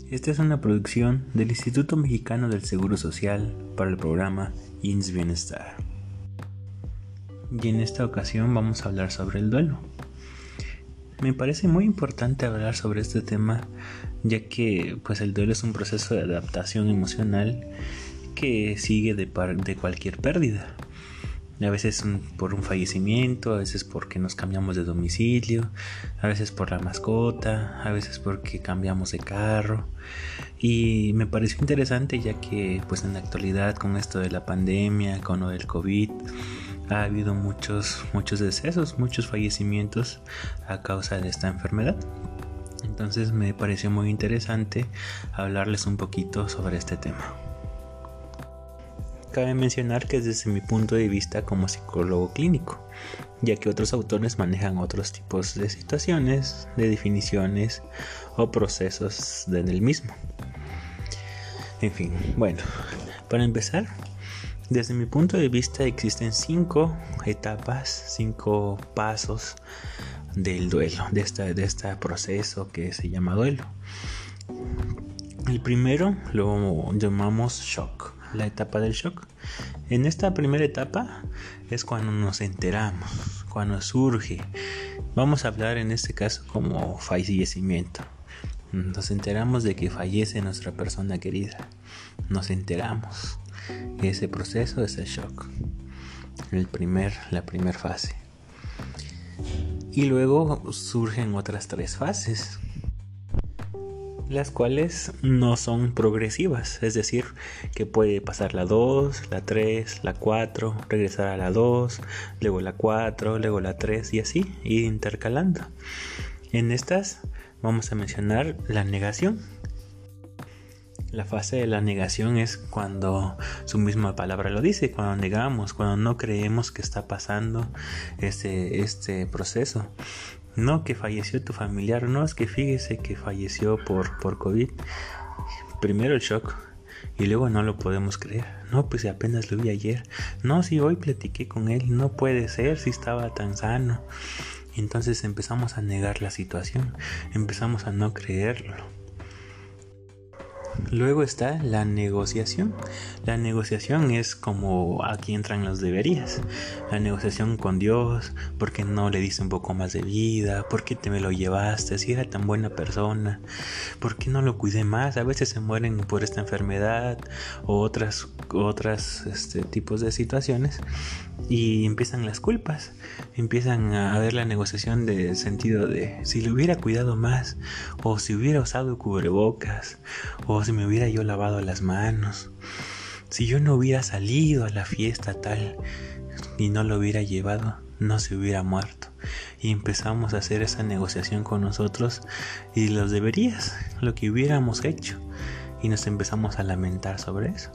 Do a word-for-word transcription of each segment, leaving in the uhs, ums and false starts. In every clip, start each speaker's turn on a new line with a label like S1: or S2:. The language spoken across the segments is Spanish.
S1: Esta es una producción del Instituto Mexicano del Seguro Social para el programa I M S S Bienestar. Y en esta ocasión vamos a hablar sobre el duelo. Me parece muy importante hablar sobre este tema, ya que pues el duelo es un proceso de adaptación emocional que sigue de, par- de cualquier pérdida. A veces por un fallecimiento, a veces porque nos cambiamos de domicilio, a veces por la mascota, a veces porque cambiamos de carro. Y me pareció interesante ya que pues en la actualidad con esto de la pandemia, con lo del COVID, ha habido muchos, muchos decesos, muchos fallecimientos a causa de esta enfermedad. Entonces me pareció muy interesante hablarles un poquito sobre este tema. Cabe mencionar que es desde mi punto de vista como psicólogo clínico, ya que otros autores manejan otros tipos de situaciones, de definiciones o procesos del mismo. En fin, bueno, para empezar, desde mi punto de vista existen cinco etapas, cinco pasos del duelo, de este, de este proceso que se llama duelo. El primero lo llamamos shock. La etapa del shock. En esta primera etapa es cuando nos enteramos, cuando surge. Vamos a hablar en este caso como fallecimiento. Nos enteramos de que fallece nuestra persona querida. Nos enteramos. Ese proceso es el shock. El primer, la primera fase. Y luego surgen otras tres fases, las cuales no son progresivas, es decir, que puede pasar la dos, la tres, la cuatro, regresar a la dos, luego la cuatro, luego la tres y así, ir intercalando. En estas vamos a mencionar la negación. La fase de la negación es cuando su misma palabra lo dice, cuando negamos, cuando no creemos que está pasando este, este proceso. No que falleció tu familiar, no, es que fíjese que falleció por, por COVID. Primero el shock y luego no lo podemos creer. No, pues apenas lo vi ayer. No, si hoy platiqué con él, no puede ser si estaba tan sano. Entonces empezamos a negar la situación, empezamos a no creerlo. Luego está la negociación. La negociación es como aquí entran los deberías. La negociación con Dios, ¿por qué no le diste un poco más de vida? ¿Por qué te me lo llevaste? Si era tan buena persona, ¿por qué no lo cuidé más? A veces se mueren por esta enfermedad o otras, otras este, tipos de situaciones y empiezan las culpas. Empiezan a haber la negociación de sentido de si le hubiera cuidado más, o si hubiera usado cubrebocas, o si me hubiera yo lavado las manos, si yo no hubiera salido a la fiesta tal y no lo hubiera llevado, no se hubiera muerto. Y empezamos a hacer esa negociación con nosotros y los deberías, lo que hubiéramos hecho, y nos empezamos a lamentar sobre eso.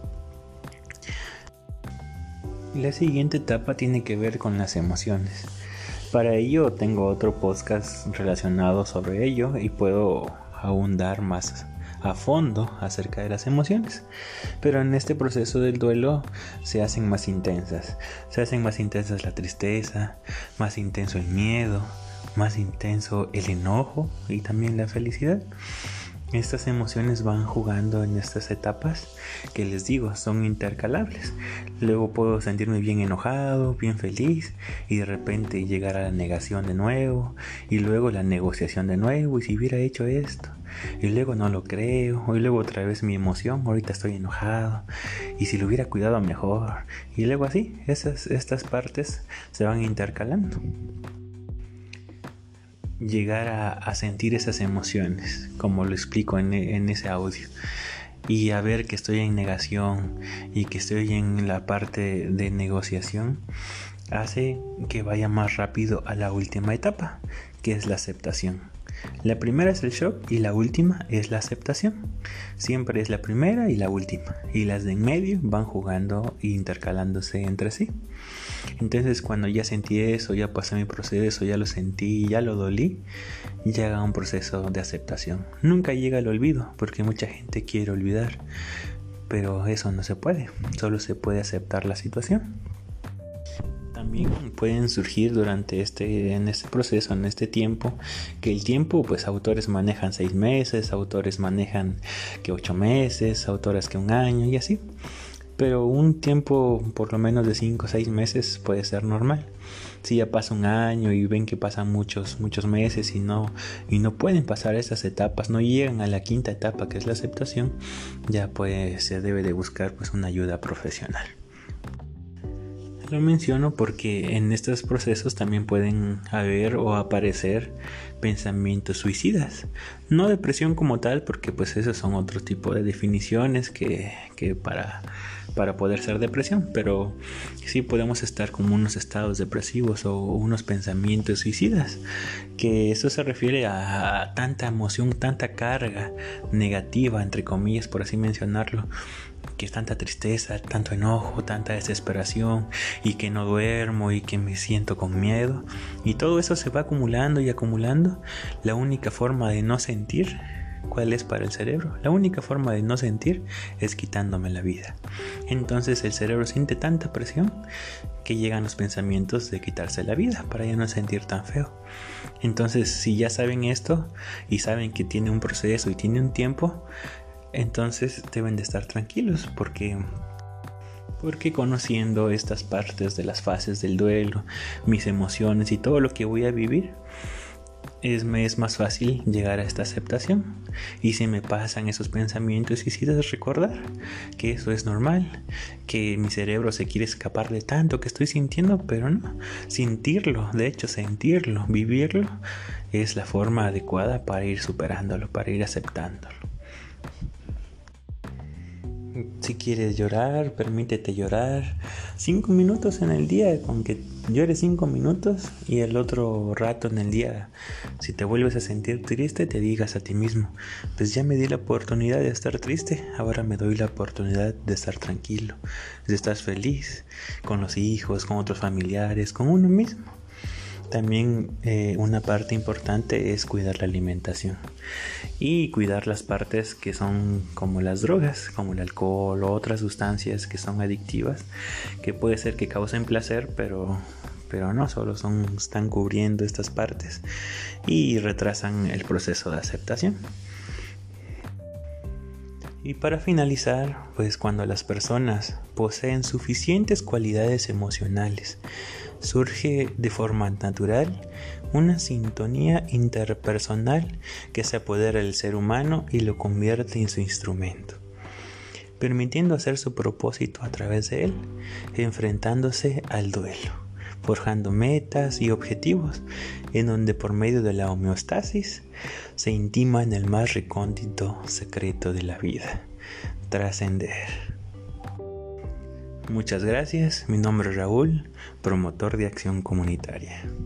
S1: La siguiente etapa tiene que ver con las emociones. Para ello tengo otro podcast relacionado sobre ello y puedo ahondar más a fondo acerca de las emociones. Pero en este proceso del duelo se hacen más intensas. Se hacen más intensas la tristeza, más intenso el miedo, más intenso el enojo y también la felicidad. Estas emociones van jugando en estas etapas que les digo son intercalables. Luego puedo sentirme bien enojado, bien feliz y de repente llegar a la negación de nuevo y luego la negociación de nuevo y si hubiera hecho esto y luego no lo creo y luego otra vez mi emoción, ahorita estoy enojado y si lo hubiera cuidado mejor y luego así, esas, estas partes se van intercalando. Llegar a, a sentir esas emociones, como lo explico en, en ese audio, y a ver que estoy en negación y que estoy en la parte de negociación, hace que vaya más rápido a la última etapa, que es la aceptación. La primera es el shock y la última es la aceptación. Siempre es la primera y la última, y las de en medio van jugando e intercalándose entre sí. Entonces cuando ya sentí eso, ya pasé mi proceso, ya lo sentí, ya lo dolí, llega un proceso de aceptación. Nunca llega el olvido, porque mucha gente quiere olvidar, pero eso no se puede, solo se puede aceptar la situación. También pueden surgir durante este, en este proceso, en este tiempo, que el tiempo, pues autores manejan seis meses, autores manejan que ocho meses, autores que un año y así. Pero un tiempo por lo menos de cinco o seis meses puede ser normal. Si ya pasa un año y ven que pasan muchos, muchos meses y no, y no pueden pasar esas etapas, no llegan a la quinta etapa que es la aceptación, ya pues se debe de buscar pues una ayuda profesional. Lo menciono porque en estos procesos también pueden haber o aparecer pensamientos suicidas. No depresión como tal, porque pues esos son otro tipo de definiciones que, que para, para poder ser depresión, pero sí podemos estar como unos estados depresivos o unos pensamientos suicidas, que eso se refiere a, a tanta emoción, tanta carga negativa, entre comillas, por así mencionarlo, que es tanta tristeza, tanto enojo, tanta desesperación y que no duermo y que me siento con miedo y todo eso se va acumulando y acumulando. La única forma de no sentir, ¿cuál es para el cerebro? La única forma de no sentir es quitándome la vida. Entonces el cerebro siente tanta presión que llegan los pensamientos de quitarse la vida para ya no sentir tan feo. Entonces si ya saben esto y saben que tiene un proceso y tiene un tiempo, entonces deben de estar tranquilos porque, porque conociendo estas partes de las fases del duelo, mis emociones y todo lo que voy a vivir, es, me es más fácil llegar a esta aceptación. Y si me pasan esos pensamientos suicidas, recordar que eso es normal, que mi cerebro se quiere escapar de tanto que estoy sintiendo, pero no, sentirlo, de hecho sentirlo, vivirlo, es la forma adecuada para ir superándolo, para ir aceptándolo. Si quieres llorar, permítete llorar cinco minutos en el día, con que llores cinco minutos y el otro rato en el día, si te vuelves a sentir triste, te digas a ti mismo, pues ya me di la oportunidad de estar triste, ahora me doy la oportunidad de estar tranquilo, de estar feliz con los hijos, con otros familiares, con uno mismo. También eh, una parte importante es cuidar la alimentación y cuidar las partes que son como las drogas, como el alcohol o otras sustancias que son adictivas, que puede ser que causen placer, pero, pero no, solo son, están cubriendo estas partes y retrasan el proceso de aceptación. Y para finalizar, pues cuando las personas poseen suficientes cualidades emocionales, surge de forma natural una sintonía interpersonal que se apodera del ser humano y lo convierte en su instrumento, permitiendo hacer su propósito a través de él, enfrentándose al duelo, forjando metas y objetivos, en donde por medio de la homeostasis se intima en el más recóndito secreto de la vida: trascender. Muchas gracias, mi nombre es Raúl, promotor de acción comunitaria.